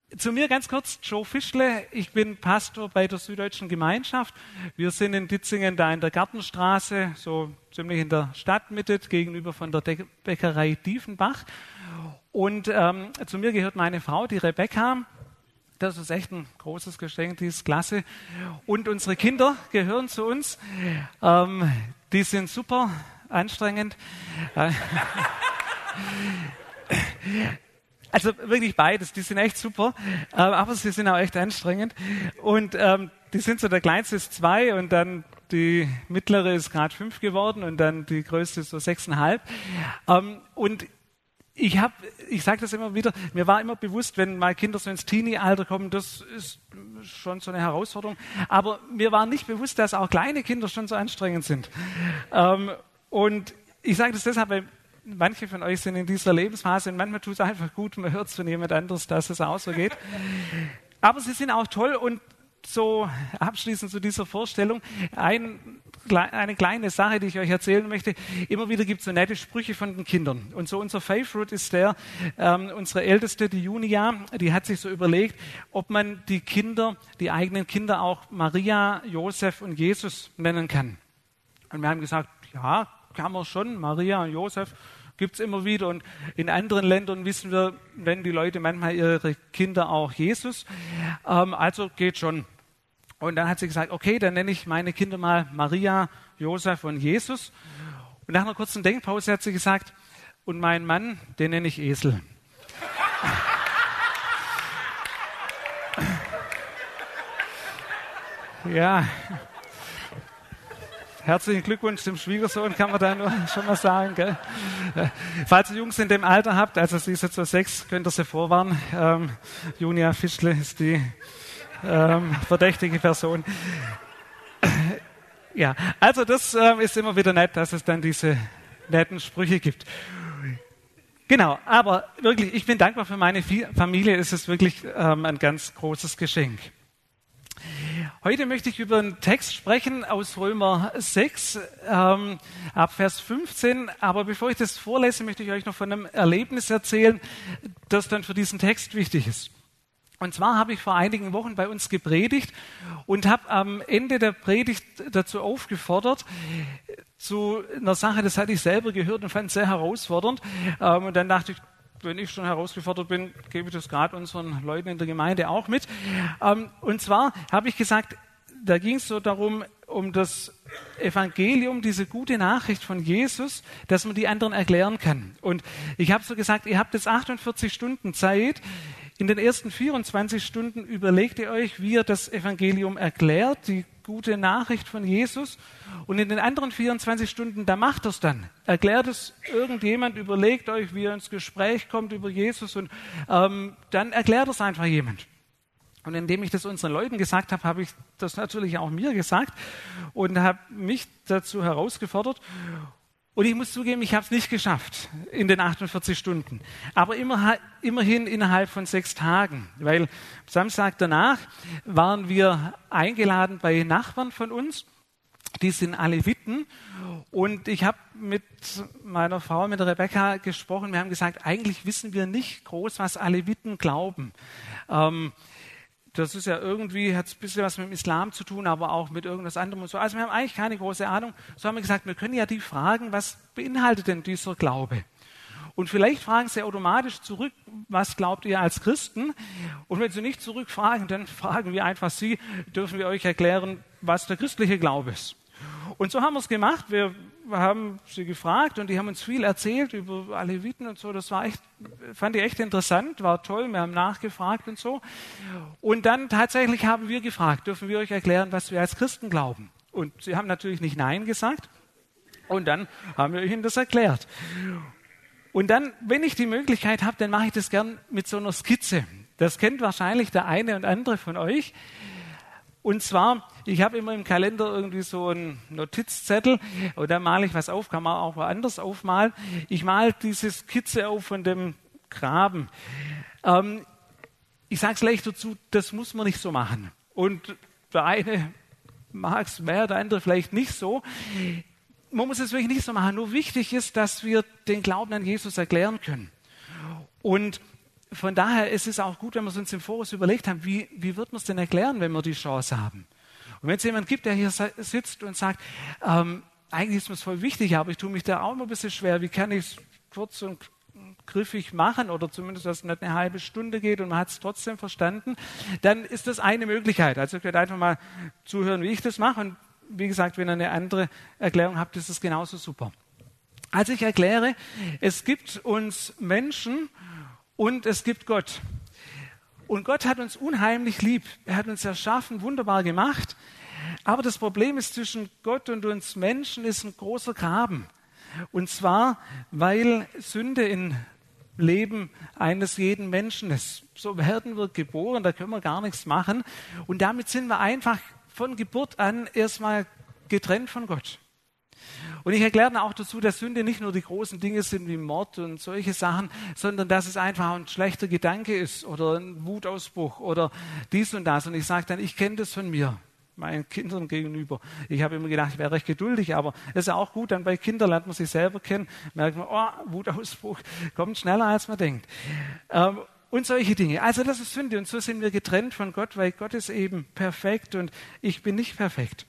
Zu mir ganz kurz, Joe Fischle, ich bin Pastor bei der Süddeutschen Gemeinschaft. Wir sind in Ditzingen da in der Gartenstraße, so ziemlich in der Stadtmitte, gegenüber von der Bäckerei Diefenbach. Und zu mir gehört meine Frau, die Rebecca. Das ist echt ein großes Geschenk, die ist klasse. Und unsere Kinder gehören zu uns. Die sind super anstrengend. Also wirklich beides, die sind echt super, aber sie sind auch echt anstrengend. Und die sind so, der Kleinste ist 2 und dann die Mittlere ist gerade 5 geworden und dann die Größte ist so 6,5. Und ich sage das immer wieder, mir war immer bewusst, wenn mal Kinder so ins Teenie-Alter kommen, das ist schon so eine Herausforderung. Aber mir war nicht bewusst, dass auch kleine Kinder schon so anstrengend sind. Und ich sage das deshalb, weil manche von euch sind in dieser Lebensphase und manchmal tut es einfach gut, man hört es von jemand anderes, dass es auch so geht. Aber sie sind auch toll und so abschließend zu dieser Vorstellung, eine kleine Sache, die ich euch erzählen möchte. Immer wieder gibt es so nette Sprüche von den Kindern. Und so unser Favorite ist unsere Älteste, die Junia, die hat sich so überlegt, ob man die eigenen Kinder auch Maria, Josef und Jesus nennen kann. Und wir haben gesagt, ja, kann man schon, Maria und Josef gibt es immer wieder. Und in anderen Ländern wissen wir, nennen die Leute manchmal ihre Kinder auch Jesus. Also geht schon. Und dann hat sie gesagt, okay, dann nenne ich meine Kinder mal Maria, Josef und Jesus. Und nach einer kurzen Denkpause hat sie gesagt, und meinen Mann, den nenne ich Esel. Ja. Herzlichen Glückwunsch dem Schwiegersohn, kann man da nur schon mal sagen. Gell? Falls ihr Jungs in dem Alter habt, also sie ist jetzt so 6, könnt ihr sie vorwarnen. Junia Fischle ist die verdächtige Person. Ja, also das ist immer wieder nett, dass es dann diese netten Sprüche gibt. Genau, aber wirklich, ich bin dankbar für meine Familie. Es ist wirklich ein ganz großes Geschenk. Heute möchte ich über einen Text sprechen aus Römer 6, ab Vers 15. Aber bevor ich das vorlese, möchte ich euch noch von einem Erlebnis erzählen, das dann für diesen Text wichtig ist. Und zwar habe ich vor einigen Wochen bei uns gepredigt und habe am Ende der Predigt dazu aufgefordert, zu einer Sache, das hatte ich selber gehört und fand es sehr herausfordernd. Und dann dachte ich, wenn ich schon herausgefordert bin, gebe ich das gerade unseren Leuten in der Gemeinde auch mit. Und zwar habe ich gesagt, da ging es so darum, um das Evangelium, diese gute Nachricht von Jesus, dass man die anderen erklären kann. Und ich habe so gesagt, ihr habt jetzt 48 Stunden Zeit. In den ersten 24 Stunden überlegt ihr euch, wie ihr das Evangelium erklärt, die gute Nachricht von Jesus. Und in den anderen 24 Stunden, da macht ihr es dann. Erklärt es irgendjemand, überlegt euch, wie ihr ins Gespräch kommt über Jesus und dann erklärt es einfach jemand. Und indem ich das unseren Leuten gesagt habe, habe ich das natürlich auch mir gesagt und habe mich dazu herausgefordert. Und ich muss zugeben, ich habe es nicht geschafft in den 48 Stunden. Aber immerhin innerhalb von 6 Tagen. Weil am Samstag danach waren wir eingeladen bei Nachbarn von uns. Die sind Aleviten. Und ich habe mit meiner Frau, mit der Rebecca, gesprochen. Wir haben gesagt, eigentlich wissen wir nicht groß, was Aleviten glauben. Das ist ja irgendwie, hat ein bisschen was mit dem Islam zu tun, aber auch mit irgendwas anderem und so. Also wir haben eigentlich keine große Ahnung. So haben wir gesagt, wir können ja die fragen, was beinhaltet denn dieser Glaube? Und vielleicht fragen sie automatisch zurück, was glaubt ihr als Christen? Und wenn sie nicht zurückfragen, dann fragen wir einfach sie, dürfen wir euch erklären, was der christliche Glaube ist? Und so haben wir es gemacht. Wir haben sie gefragt und die haben uns viel erzählt über Aleviten und so. Das war fand ich echt interessant, war toll. Wir haben nachgefragt und so. Und dann tatsächlich haben wir gefragt, dürfen wir euch erklären, was wir als Christen glauben? Und sie haben natürlich nicht Nein gesagt. Und dann haben wir ihnen das erklärt. Und dann, wenn ich die Möglichkeit habe, dann mache ich das gern mit so einer Skizze. Das kennt wahrscheinlich der eine und andere von euch. Und zwar, ich habe immer im Kalender irgendwie so einen Notizzettel und da male ich was auf, kann man auch woanders aufmalen. Ich male diese Skizze auf von dem Graben. Ich sage es gleich dazu, das muss man nicht so machen. Und der eine mag es mehr, der andere vielleicht nicht so. Man muss es wirklich nicht so machen. Nur wichtig ist, dass wir den Glauben an Jesus erklären können. Und von daher ist es auch gut, wenn wir es uns im Voraus überlegt haben, wie wird man es denn erklären, wenn wir die Chance haben? Und wenn es jemand gibt, der hier sitzt und sagt, eigentlich ist mir es voll wichtig, aber ich tue mich da auch immer ein bisschen schwer, wie kann ich es kurz und griffig machen oder zumindest, dass es nicht eine halbe Stunde geht und man hat es trotzdem verstanden, dann ist das eine Möglichkeit. Also ihr könnt einfach mal zuhören, wie ich das mache und wie gesagt, wenn ihr eine andere Erklärung habt, ist es genauso super. Also ich erkläre, es gibt uns Menschen und es gibt Gott. Und Gott hat uns unheimlich lieb. Er hat uns erschaffen, wunderbar gemacht. Aber das Problem ist, zwischen Gott und uns Menschen ist ein großer Graben. Und zwar, weil Sünde im Leben eines jeden Menschen ist. So werden wir geboren, da können wir gar nichts machen. Und damit sind wir einfach von Geburt an erstmal getrennt von Gott. Und ich erkläre dann auch dazu, dass Sünde nicht nur die großen Dinge sind wie Mord und solche Sachen, sondern dass es einfach ein schlechter Gedanke ist oder ein Wutausbruch oder dies und das. Und ich sage dann, ich kenne das von mir, meinen Kindern gegenüber. Ich habe immer gedacht, ich wäre recht geduldig, aber es ist auch gut, dann bei Kindern lernt man sich selber kennen, merkt man, oh, Wutausbruch kommt schneller, als man denkt. Und solche Dinge. Also das ist Sünde und so sind wir getrennt von Gott, weil Gott ist eben perfekt und ich bin nicht perfekt.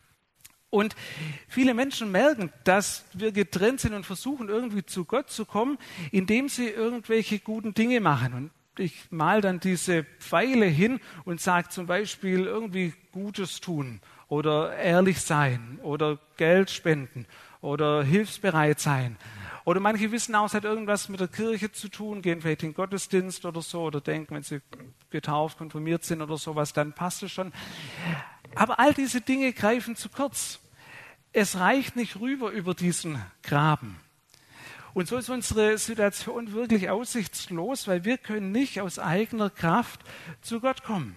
Und viele Menschen merken, dass wir getrennt sind und versuchen irgendwie zu Gott zu kommen, indem sie irgendwelche guten Dinge machen. Und ich mal dann diese Pfeile hin und sage zum Beispiel irgendwie Gutes tun oder ehrlich sein oder Geld spenden oder hilfsbereit sein. Oder manche wissen auch, es hat irgendwas mit der Kirche zu tun, gehen vielleicht in den Gottesdienst oder so oder denken, wenn sie getauft, konfirmiert sind oder sowas, dann passt es schon. Aber all diese Dinge greifen zu kurz. Es reicht nicht rüber über diesen Graben. Und so ist unsere Situation wirklich aussichtslos, weil wir können nicht aus eigener Kraft zu Gott kommen.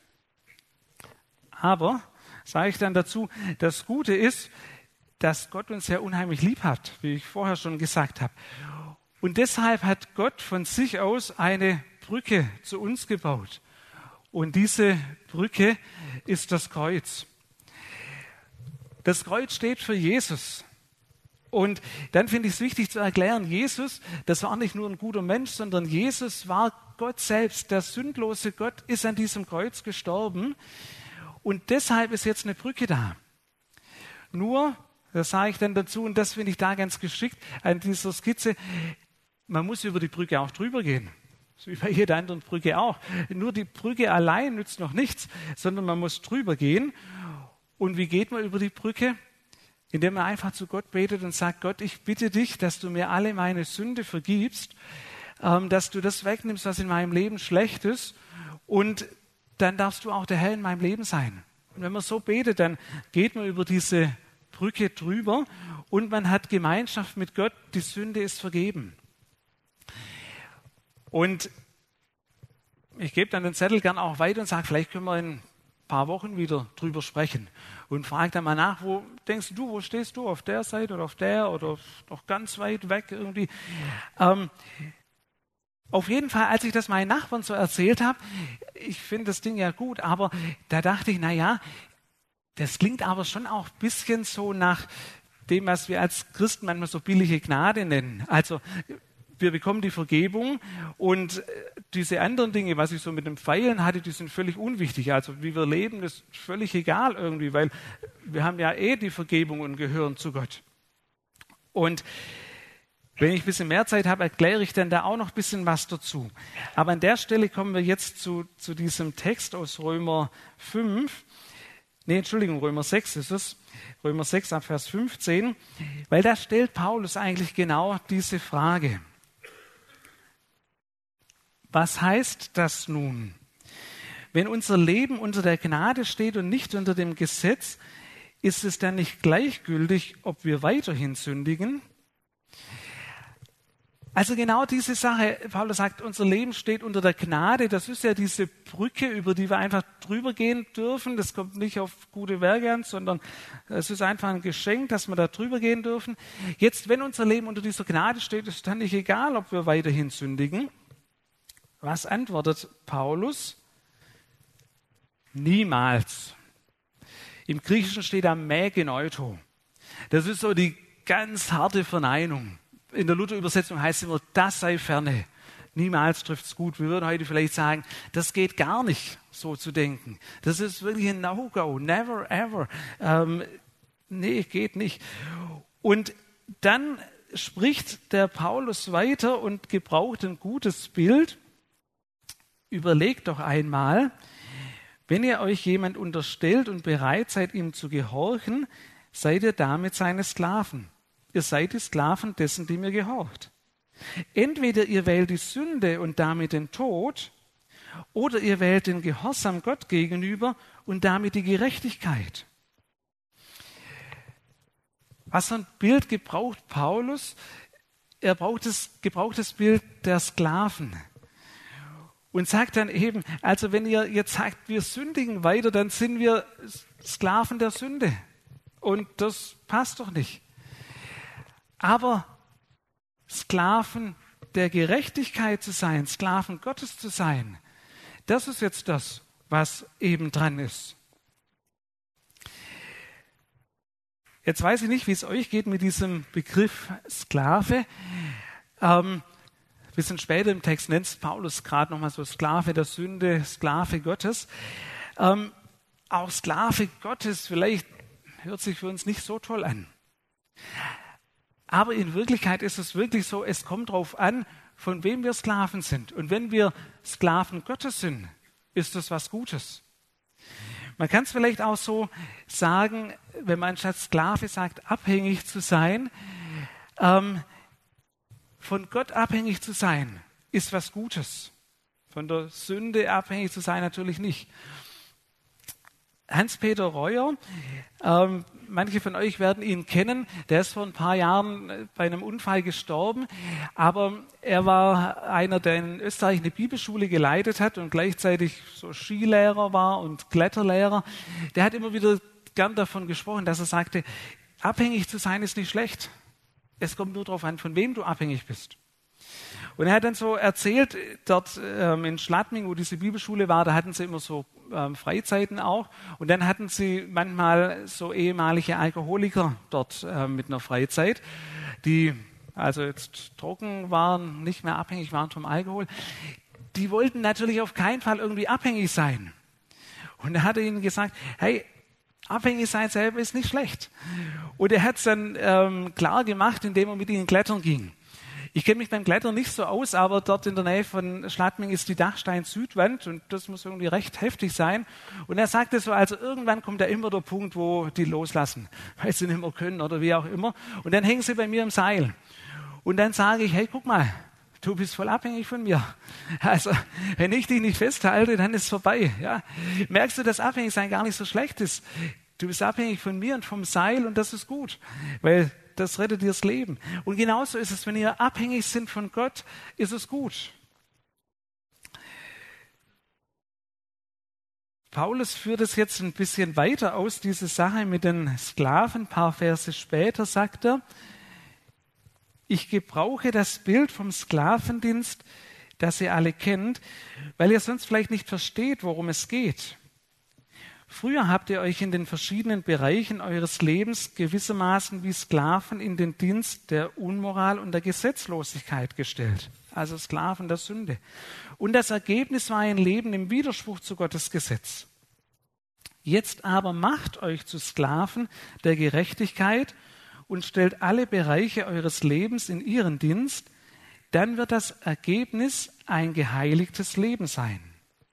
Aber, sage ich dann dazu, das Gute ist, dass Gott uns ja unheimlich lieb hat, wie ich vorher schon gesagt habe. Und deshalb hat Gott von sich aus eine Brücke zu uns gebaut. Und diese Brücke ist das Kreuz. Das Kreuz steht für Jesus. Und dann finde ich es wichtig zu erklären, Jesus, das war nicht nur ein guter Mensch, sondern Jesus war Gott selbst. Der sündlose Gott ist an diesem Kreuz gestorben. Und deshalb ist jetzt eine Brücke da. Nur, das sage ich dann dazu, und das finde ich da ganz geschickt an dieser Skizze, man muss über die Brücke auch drüber gehen. So wie bei jeder anderen Brücke auch. Nur die Brücke allein nützt noch nichts, sondern man muss drüber gehen. Und wie geht man über die Brücke? Indem man einfach zu Gott betet und sagt, Gott, ich bitte dich, dass du mir alle meine Sünde vergibst, dass du das wegnimmst, was in meinem Leben schlecht ist. Und dann darfst du auch der Herr in meinem Leben sein. Und wenn man so betet, dann geht man über diese Brücke drüber und man hat Gemeinschaft mit Gott, die Sünde ist vergeben. Und ich gebe dann den Zettel gern auch weiter und sage, vielleicht können wir in ein paar Wochen wieder drüber sprechen. Und frage dann mal nach, wo denkst du, wo stehst du? Auf der Seite oder auf der oder noch ganz weit weg irgendwie? Auf jeden Fall, als ich das meinen Nachbarn so erzählt habe, ich finde das Ding ja gut, aber da dachte ich, naja, das klingt aber schon auch ein bisschen so nach dem, was wir als Christen manchmal so billige Gnade nennen. Also wir bekommen die Vergebung und diese anderen Dinge, was ich so mit dem Pfeilen hatte, die sind völlig unwichtig. Also wie wir leben, ist völlig egal irgendwie, weil wir haben ja die Vergebung und gehören zu Gott. Und wenn ich ein bisschen mehr Zeit habe, erkläre ich dann da auch noch ein bisschen was dazu. Aber an der Stelle kommen wir jetzt zu diesem Text aus Römer 6 ist es. Römer 6 ab Vers 15. Weil da stellt Paulus eigentlich genau diese Frage. Was heißt das nun? Wenn unser Leben unter der Gnade steht und nicht unter dem Gesetz, ist es dann nicht gleichgültig, ob wir weiterhin sündigen? Also genau diese Sache, Paulus sagt, unser Leben steht unter der Gnade, das ist ja diese Brücke, über die wir einfach drüber gehen dürfen. Das kommt nicht auf gute Werke an, sondern es ist einfach ein Geschenk, dass wir da drüber gehen dürfen. Jetzt, wenn unser Leben unter dieser Gnade steht, ist es dann nicht egal, ob wir weiterhin sündigen. Was antwortet Paulus? Niemals. Im Griechischen steht da mägeneuto. Das ist so die ganz harte Verneinung. In der Luther-Übersetzung heißt es immer, das sei ferne. Niemals trifft es gut. Wir würden heute vielleicht sagen, das geht gar nicht, so zu denken. Das ist wirklich ein No-Go, never ever. Nee, geht nicht. Und dann spricht der Paulus weiter und gebraucht ein gutes Bild. Überlegt doch einmal, wenn ihr euch jemand unterstellt und bereit seid, ihm zu gehorchen, seid ihr damit seine Sklaven. Ihr seid die Sklaven dessen, dem ihr gehorcht. Entweder ihr wählt die Sünde und damit den Tod, oder ihr wählt den Gehorsam Gott gegenüber und damit die Gerechtigkeit. Was für ein Bild gebraucht Paulus? Er gebraucht das Bild der Sklaven und sagt dann eben, also wenn ihr jetzt sagt, wir sündigen weiter, dann sind wir Sklaven der Sünde und das passt doch nicht. Aber Sklaven der Gerechtigkeit zu sein, Sklaven Gottes zu sein, das ist jetzt das, was eben dran ist. Jetzt weiß ich nicht, wie es euch geht mit diesem Begriff Sklave. Ein bisschen später im Text nennt Paulus gerade nochmal so Sklave der Sünde, Sklave Gottes. Auch Sklave Gottes vielleicht hört sich für uns nicht so toll an. Aber in Wirklichkeit ist es wirklich so, es kommt darauf an, von wem wir Sklaven sind. Und wenn wir Sklaven Gottes sind, ist das was Gutes. Man kann es vielleicht auch so sagen, wenn man statt Sklave sagt, abhängig zu sein, von Gott abhängig zu sein, ist was Gutes. Von der Sünde abhängig zu sein natürlich nicht. Hans-Peter Reuer, manche von euch werden ihn kennen, der ist vor ein paar Jahren bei einem Unfall gestorben, aber er war einer, der in Österreich eine Bibelschule geleitet hat und gleichzeitig so Skilehrer war und Kletterlehrer. Der hat immer wieder gern davon gesprochen, dass er sagte, abhängig zu sein ist nicht schlecht. Es kommt nur darauf an, von wem du abhängig bist. Und er hat dann so erzählt, dort in Schladming, wo diese Bibelschule war, da hatten sie immer so Freizeiten auch. Und dann hatten sie manchmal so ehemalige Alkoholiker dort mit einer Freizeit, die also jetzt trocken waren, nicht mehr abhängig waren vom Alkohol. Die wollten natürlich auf keinen Fall irgendwie abhängig sein. Und er hat ihnen gesagt, hey, abhängig sein selber ist nicht schlecht. Und er hat es dann klar gemacht, indem er mit ihnen klettern ging. Ich kenne mich beim Klettern nicht so aus, aber dort in der Nähe von Schladming ist die Dachstein-Südwand und das muss irgendwie recht heftig sein. Und er sagte so, also irgendwann kommt da immer der Punkt, wo die loslassen, weil sie nicht mehr können oder wie auch immer. Und dann hängen sie bei mir im Seil. Und dann sage ich, hey, guck mal, du bist voll abhängig von mir. Also, wenn ich dich nicht festhalte, dann ist es vorbei. Ja? Merkst du, dass Abhängigsein gar nicht so schlecht ist? Du bist abhängig von mir und vom Seil und das ist gut, weil das rettet dir das Leben. Und genauso ist es, wenn ihr abhängig sind von Gott, ist es gut. Paulus führt es jetzt ein bisschen weiter aus, diese Sache mit den Sklaven. Ein paar Verse später sagt er, ich gebrauche das Bild vom Sklavendienst, das ihr alle kennt, weil ihr sonst vielleicht nicht versteht, worum es geht. Früher habt ihr euch in den verschiedenen Bereichen eures Lebens gewissermaßen wie Sklaven in den Dienst der Unmoral und der Gesetzlosigkeit gestellt, also Sklaven der Sünde. Und das Ergebnis war ein Leben im Widerspruch zu Gottes Gesetz. Jetzt aber macht euch zu Sklaven der Gerechtigkeit und stellt alle Bereiche eures Lebens in ihren Dienst, dann wird das Ergebnis ein geheiligtes Leben sein.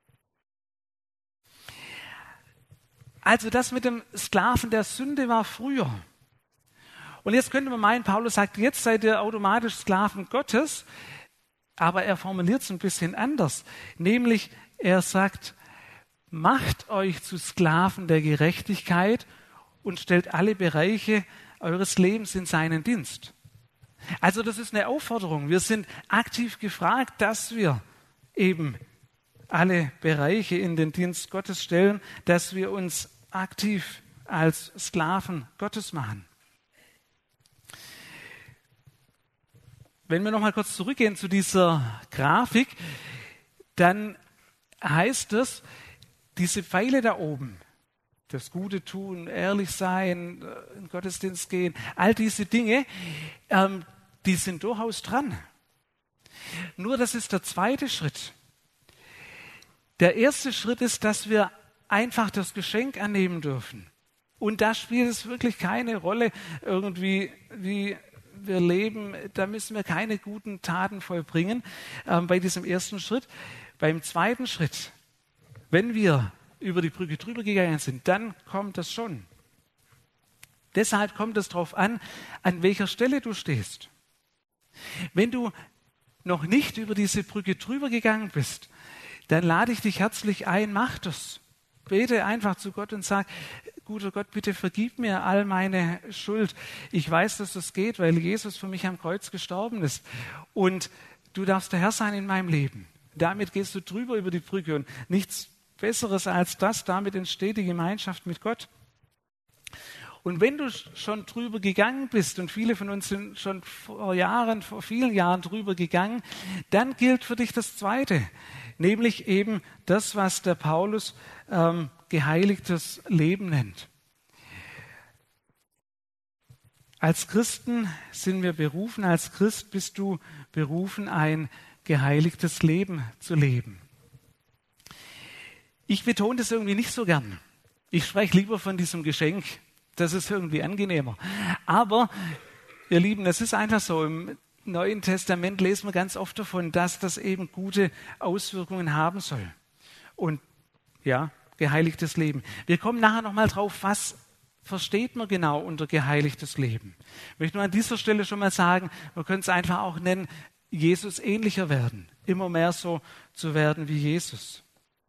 Also das mit dem Sklaven der Sünde war früher. Und jetzt könnte man meinen, Paulus sagt, jetzt seid ihr automatisch Sklaven Gottes, aber er formuliert es ein bisschen anders. Nämlich, er sagt, macht euch zu Sklaven der Gerechtigkeit und stellt alle Bereiche eures Lebens in seinen Dienst. Also das ist eine Aufforderung. Wir sind aktiv gefragt, dass wir eben alle Bereiche in den Dienst Gottes stellen, dass wir uns aktiv als Sklaven Gottes machen. Wenn wir noch mal kurz zurückgehen zu dieser Grafik, dann heißt es, diese Pfeile da oben, das Gute tun, ehrlich sein, in den Gottesdienst gehen, all diese Dinge, die sind durchaus dran. Nur das ist der zweite Schritt. Der erste Schritt ist, dass wir einfach das Geschenk annehmen dürfen. Und da spielt es wirklich keine Rolle, irgendwie, wie wir leben. Da müssen wir keine guten Taten vollbringen bei diesem ersten Schritt. Beim zweiten Schritt, wenn wir über die Brücke drüber gegangen sind, dann kommt das schon. Deshalb kommt es darauf an welcher Stelle du stehst. Wenn du noch nicht über diese Brücke drüber gegangen bist, dann lade ich dich herzlich ein, mach das. Bete einfach zu Gott und sag, guter Gott, bitte vergib mir all meine Schuld. Ich weiß, dass das geht, weil Jesus für mich am Kreuz gestorben ist. Und du darfst der Herr sein in meinem Leben. Damit gehst du drüber über die Brücke und nichts Besseres als das. Damit entsteht die Gemeinschaft mit Gott. Und wenn du schon drüber gegangen bist, und viele von uns sind schon vor vielen Jahren drüber gegangen, dann gilt für dich das Zweite, nämlich eben das, was der Paulus geheiligtes Leben nennt. Als Christen sind wir berufen, als Christ bist du berufen, ein geheiligtes Leben zu leben. Ich betone das irgendwie nicht so gern. Ich spreche lieber von diesem Geschenk. Das ist irgendwie angenehmer. Aber, ihr Lieben, es ist einfach so, im Neuen Testament lesen wir ganz oft davon, dass das eben gute Auswirkungen haben soll. Und ja, geheiligtes Leben. Wir kommen nachher nochmal drauf, was versteht man genau unter geheiligtes Leben. Ich möchte nur an dieser Stelle schon mal sagen, wir können es einfach auch nennen, Jesus ähnlicher werden. Immer mehr so zu werden wie Jesus.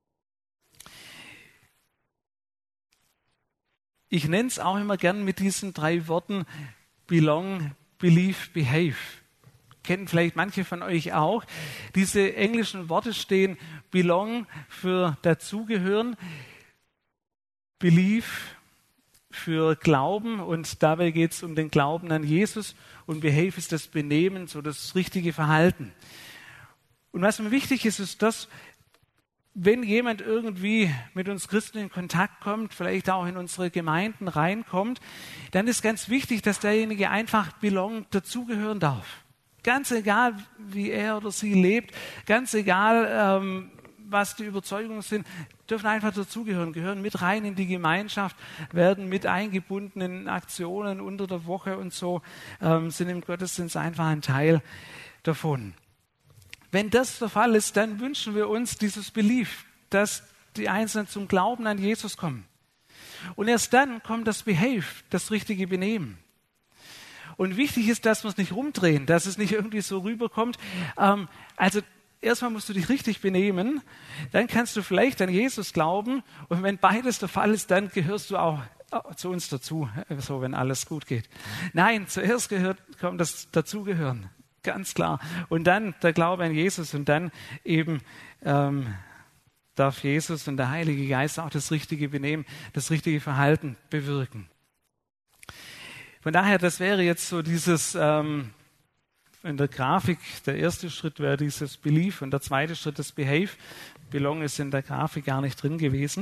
Ich nenne es auch immer gern mit diesen 3 Worten belong, believe, behave. Kennen vielleicht manche von euch auch. Diese englischen Worte stehen belong für dazugehören, believe für Glauben und dabei geht es um den Glauben an Jesus und behave ist das Benehmen, so das richtige Verhalten. Und was mir wichtig ist, ist das, wenn jemand irgendwie mit uns Christen in Kontakt kommt, vielleicht auch in unsere Gemeinden reinkommt, dann ist ganz wichtig, dass derjenige einfach belong dazugehören darf. Ganz egal, wie er oder sie lebt, ganz egal, was die Überzeugungen sind, dürfen einfach dazugehören, gehören mit rein in die Gemeinschaft, werden mit eingebunden in Aktionen unter der Woche und so, sind im Gottesdienst einfach ein Teil davon. Wenn das der Fall ist, dann wünschen wir uns dieses Belief, dass die Einzelnen zum Glauben an Jesus kommen. Und erst dann kommt das Behave, das richtige Benehmen. Und wichtig ist, dass wir es nicht rumdrehen, dass es nicht irgendwie so rüberkommt. Also erstmal musst du dich richtig benehmen, dann kannst du vielleicht an Jesus glauben. Und wenn beides der Fall ist, dann gehörst du auch zu uns dazu, so wenn alles gut geht. Nein, zuerst kommt das Dazugehören. Ganz klar. Und dann der Glaube an Jesus und dann eben darf Jesus und der Heilige Geist auch das richtige Benehmen, das richtige Verhalten bewirken. Von daher, das wäre jetzt so dieses, in der Grafik, der erste Schritt wäre dieses Belief und der zweite Schritt das Behave. Belong ist in der Grafik gar nicht drin gewesen.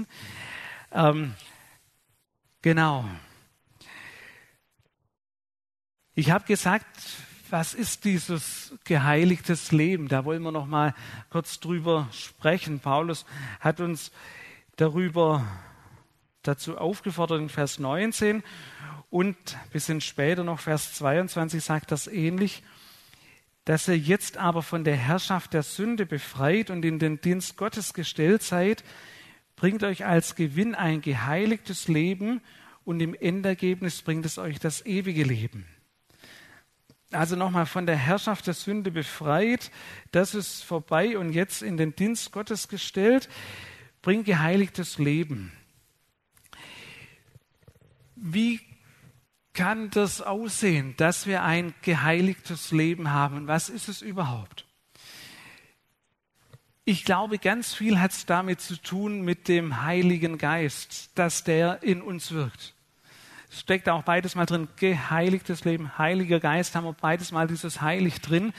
Genau. Ich habe gesagt, was ist dieses geheiligtes Leben? Da wollen wir noch mal kurz drüber sprechen. Paulus hat uns dazu aufgefordert in Vers 19 und ein bisschen später noch Vers 22 sagt das ähnlich, dass ihr jetzt aber von der Herrschaft der Sünde befreit und in den Dienst Gottes gestellt seid, bringt euch als Gewinn ein geheiligtes Leben und im Endergebnis bringt es euch das ewige Leben. Also nochmal von der Herrschaft der Sünde befreit, das ist vorbei und jetzt in den Dienst Gottes gestellt, bringt geheiligtes Leben. Wie kann das aussehen, dass wir ein geheiligtes Leben haben? Was ist es überhaupt? Ich glaube, ganz viel hat es damit zu tun mit dem Heiligen Geist, dass der in uns wirkt. Es steckt auch beides mal drin, geheiligtes Leben, Heiliger Geist, haben wir beides mal dieses Heilig drin.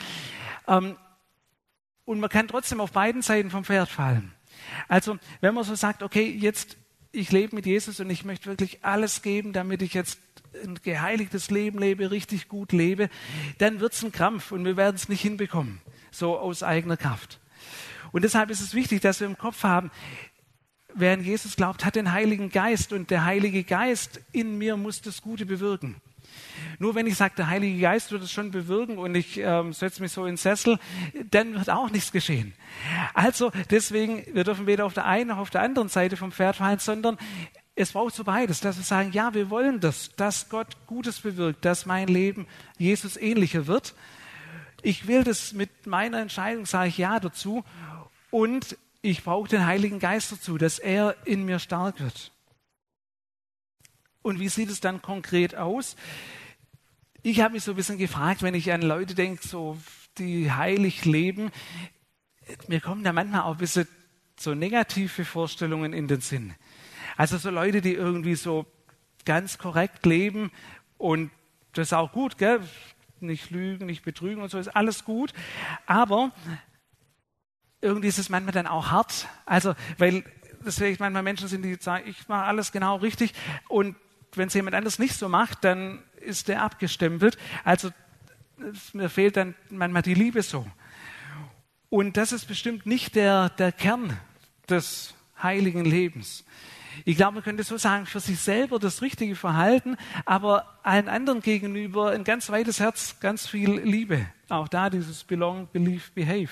Und man kann trotzdem auf beiden Seiten vom Pferd fallen. Also wenn man so sagt, okay, jetzt ich lebe mit Jesus und ich möchte wirklich alles geben, damit ich jetzt ein geheiligtes Leben lebe, richtig gut lebe, dann wird es ein Krampf und wir werden es nicht hinbekommen, so aus eigener Kraft. Und deshalb ist es wichtig, dass wir im Kopf haben, wer an Jesus glaubt, hat den Heiligen Geist und der Heilige Geist in mir muss das Gute bewirken. Nur wenn ich sage, der Heilige Geist wird es schon bewirken und ich setze mich so in den Sessel, dann wird auch nichts geschehen. Also deswegen, wir dürfen weder auf der einen noch auf der anderen Seite vom Pferd fallen, sondern es braucht so beides, dass wir sagen, ja, wir wollen das, dass Gott Gutes bewirkt, dass mein Leben Jesus ähnlicher wird. Ich will das mit meiner Entscheidung, sage ich ja dazu und ich brauche den Heiligen Geist dazu, dass er in mir stark wird. Und wie sieht es dann konkret aus? Ich habe mich so ein bisschen gefragt, wenn ich an Leute denke, so, die heilig leben, mir kommen da manchmal auch ein bisschen so negative Vorstellungen in den Sinn. Also so Leute, die irgendwie so ganz korrekt leben und das ist auch gut, gell? Nicht lügen, nicht betrügen und so, ist alles gut. Aber irgendwie ist es manchmal dann auch hart. Also, weil das vielleicht manchmal Menschen sind, die sagen, ich mache alles genau richtig und wenn es jemand anders nicht so macht, dann ist der abgestempelt. Also mir fehlt dann manchmal die Liebe so. Und das ist bestimmt nicht der Kern des heiligen Lebens. Ich glaube, man könnte so sagen, für sich selber das richtige Verhalten, aber allen anderen gegenüber ein ganz weites Herz, ganz viel Liebe. Auch da dieses Belong, Believe, Behave.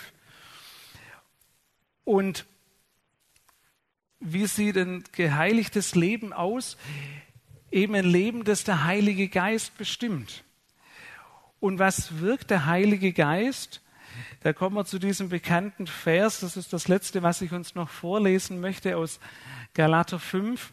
Und wie sieht ein geheiligtes Leben aus? Eben ein Leben, das der Heilige Geist bestimmt. Und was wirkt der Heilige Geist? Da kommen wir zu diesem bekannten Vers, das ist das Letzte, was ich uns noch vorlesen möchte aus Galater 5.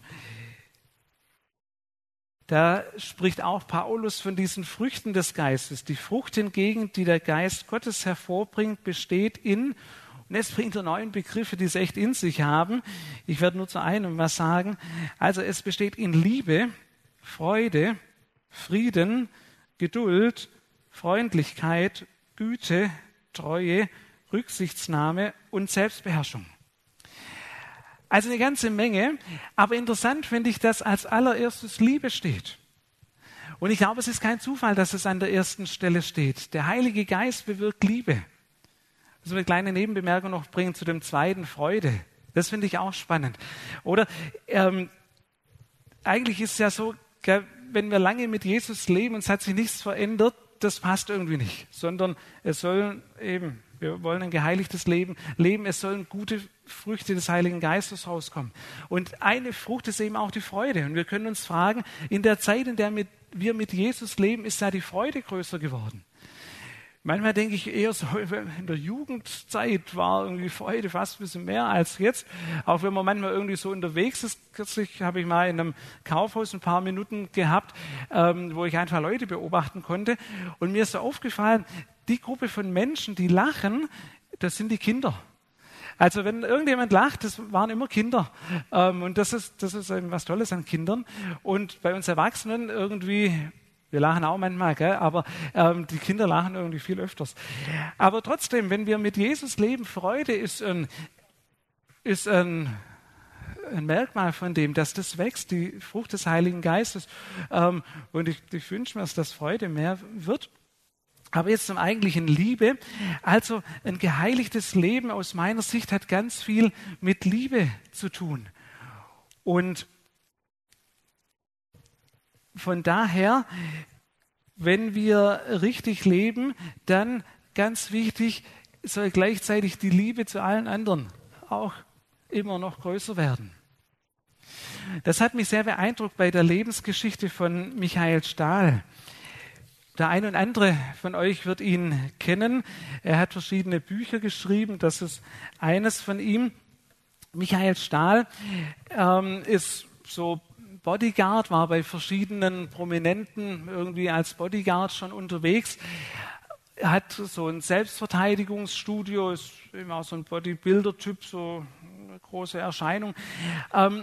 Da spricht auch Paulus von diesen Früchten des Geistes. Die Frucht hingegen, die der Geist Gottes hervorbringt, besteht in, und jetzt bringt er neuen Begriffe, die es echt in sich haben. Ich werde nur zu einem was sagen. Also es besteht in Liebe, Freude, Frieden, Geduld, Freundlichkeit, Güte, Treue, Rücksichtsnahme und Selbstbeherrschung. Also eine ganze Menge, aber interessant finde ich, dass als allererstes Liebe steht. Und ich glaube, es ist kein Zufall, dass es an der ersten Stelle steht. Der Heilige Geist bewirkt Liebe. Also eine kleine Nebenbemerkung noch bringen zu dem zweiten, Freude. Das finde ich auch spannend. Oder eigentlich ist es ja so, wenn wir lange mit Jesus leben und es hat sich nichts verändert, das passt irgendwie nicht, sondern es soll eben, wir wollen ein geheiligtes Leben leben, es sollen gute Früchte des Heiligen Geistes rauskommen. Und eine Frucht ist eben auch die Freude. Und wir können uns fragen, in der Zeit, in der wir mit Jesus leben, ist da die Freude größer geworden. Manchmal denke ich eher so, in der Jugendzeit war irgendwie Freude fast ein bisschen mehr als jetzt. Auch wenn man manchmal irgendwie so unterwegs ist. Kürzlich habe ich mal in einem Kaufhaus ein paar Minuten gehabt, wo ich einfach Leute beobachten konnte. Und mir ist so aufgefallen, die Gruppe von Menschen, die lachen, das sind die Kinder. Also wenn irgendjemand lacht, das waren immer Kinder. Und das ist eben was Tolles an Kindern. Und bei uns Erwachsenen irgendwie... Wir lachen auch manchmal, gell? Aber die Kinder lachen irgendwie viel öfters. Aber trotzdem, wenn wir mit Jesus leben, Freude ist ein Merkmal von dem, dass das wächst, die Frucht des Heiligen Geistes. Und ich wünsche mir, dass Freude mehr wird. Aber jetzt zum eigentlichen Liebe. Also ein geheiligtes Leben aus meiner Sicht hat ganz viel mit Liebe zu tun. Und von daher, wenn wir richtig leben, dann ganz wichtig, soll gleichzeitig die Liebe zu allen anderen auch immer noch größer werden. Das hat mich sehr beeindruckt bei der Lebensgeschichte von Michael Stahl. Der eine und andere von euch wird ihn kennen. Er hat verschiedene Bücher geschrieben. Das ist eines von ihm. Michael Stahl ist so Bodyguard, war bei verschiedenen Prominenten irgendwie als Bodyguard schon unterwegs. Er hat so ein Selbstverteidigungsstudio, ist eben auch so ein Bodybuilder-Typ, so eine große Erscheinung. Und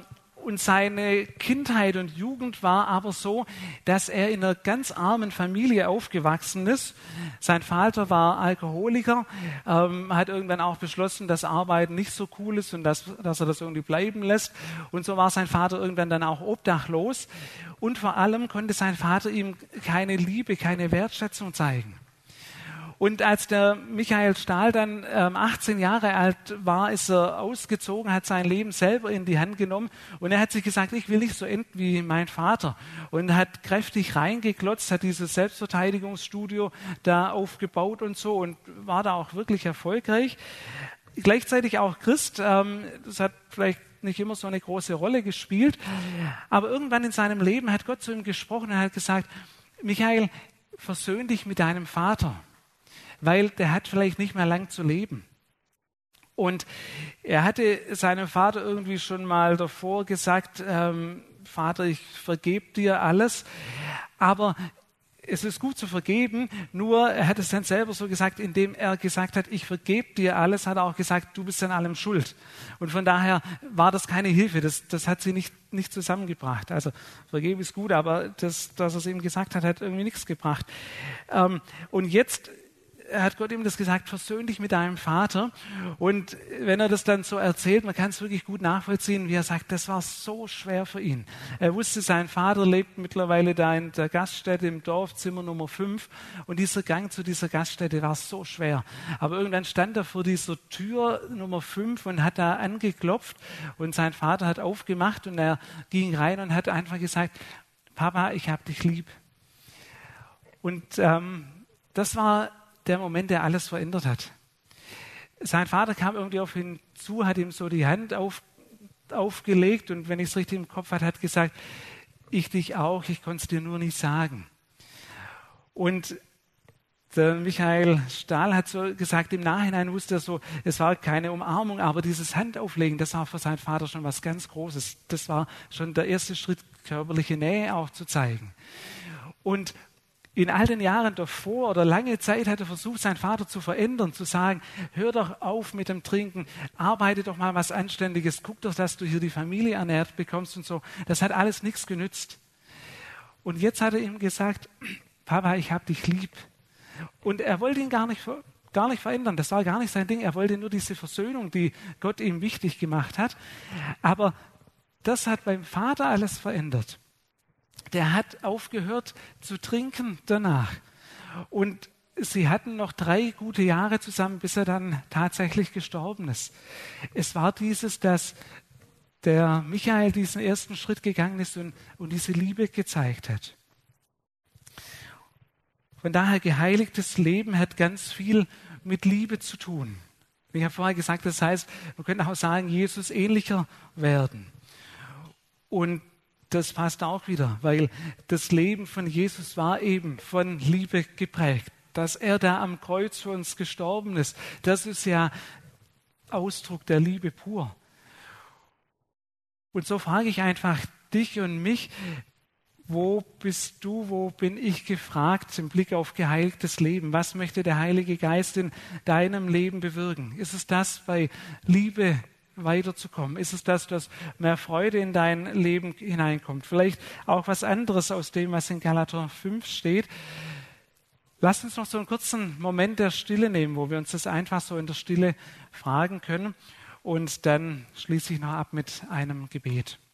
Und seine Kindheit und Jugend war aber so, dass er in einer ganz armen Familie aufgewachsen ist. Sein Vater war Alkoholiker, hat irgendwann auch beschlossen, dass Arbeiten nicht so cool ist und dass er das irgendwie bleiben lässt. Und so war sein Vater irgendwann dann auch obdachlos. Und vor allem konnte sein Vater ihm keine Liebe, keine Wertschätzung zeigen. Und als der Michael Stahl dann 18 Jahre alt war, ist er ausgezogen, hat sein Leben selber in die Hand genommen und er hat sich gesagt, ich will nicht so enden wie mein Vater. Und hat kräftig reingeklotzt, hat dieses Selbstverteidigungsstudio da aufgebaut und so und war da auch wirklich erfolgreich. Gleichzeitig auch Christ, das hat vielleicht nicht immer so eine große Rolle gespielt, aber irgendwann in seinem Leben hat Gott zu ihm gesprochen und hat gesagt, Michael, versöhn dich mit deinem Vater. Weil der hat vielleicht nicht mehr lang zu leben. Und er hatte seinem Vater irgendwie schon mal davor gesagt, Vater, ich vergebe dir alles, aber es ist gut zu vergeben, nur er hat es dann selber so gesagt, indem er gesagt hat, ich vergebe dir alles, hat er auch gesagt, du bist an allem schuld. Und von daher war das keine Hilfe, das hat sie nicht zusammengebracht. Also vergeben ist gut, aber dass er es ihm gesagt hat, hat irgendwie nichts gebracht. Und jetzt hat Gott ihm das gesagt, versöhn dich mit deinem Vater. Und wenn er das dann so erzählt, man kann es wirklich gut nachvollziehen, wie er sagt, das war so schwer für ihn. Er wusste, sein Vater lebt mittlerweile da in der Gaststätte im Dorf, Zimmer Nummer 5. Und dieser Gang zu dieser Gaststätte war so schwer. Aber irgendwann stand er vor dieser Tür Nummer 5 und hat da angeklopft. Und sein Vater hat aufgemacht und er ging rein und hat einfach gesagt, Papa, ich hab dich lieb. Und das war der Moment, der alles verändert hat. Sein Vater kam irgendwie auf ihn zu, hat ihm so die Hand aufgelegt und wenn ich es richtig im Kopf hatte, hat gesagt, ich dich auch, ich konnte es dir nur nicht sagen. Und der Michael Stahl hat so gesagt, im Nachhinein wusste er so, es war keine Umarmung, aber dieses Handauflegen, das war für seinen Vater schon was ganz Großes. Das war schon der erste Schritt, körperliche Nähe auch zu zeigen. Und in all den Jahren davor oder lange Zeit hat er versucht, seinen Vater zu verändern, zu sagen, hör doch auf mit dem Trinken, arbeite doch mal was Anständiges, guck doch, dass du hier die Familie ernährt bekommst und so. Das hat alles nichts genützt. Und jetzt hat er ihm gesagt, Papa, ich hab dich lieb. Und er wollte ihn gar nicht verändern, das war gar nicht sein Ding. Er wollte nur diese Versöhnung, die Gott ihm wichtig gemacht hat. Aber das hat beim Vater alles verändert. Der hat aufgehört zu trinken danach. Und sie hatten noch 3 gute Jahre zusammen, bis er dann tatsächlich gestorben ist. Es war dieses, dass der Michael diesen ersten Schritt gegangen ist und diese Liebe gezeigt hat. Von daher, geheiligtes Leben hat ganz viel mit Liebe zu tun. Wie ich habe vorher gesagt, das heißt, wir können auch sagen, Jesus ähnlicher werden. Und das passt auch wieder, weil das Leben von Jesus war eben von Liebe geprägt. Dass er da am Kreuz für uns gestorben ist, das ist ja Ausdruck der Liebe pur. Und so frage ich einfach dich und mich, wo bist du, wo bin ich gefragt im Blick auf geheiligtes Leben? Was möchte der Heilige Geist in deinem Leben bewirken? Ist es das, bei Liebe weiterzukommen? Ist es das, dass mehr Freude in dein Leben hineinkommt? Vielleicht auch was anderes aus dem, was in Galater 5 steht. Lass uns noch so einen kurzen Moment der Stille nehmen, wo wir uns das einfach so in der Stille fragen können. Und dann schließe ich noch ab mit einem Gebet.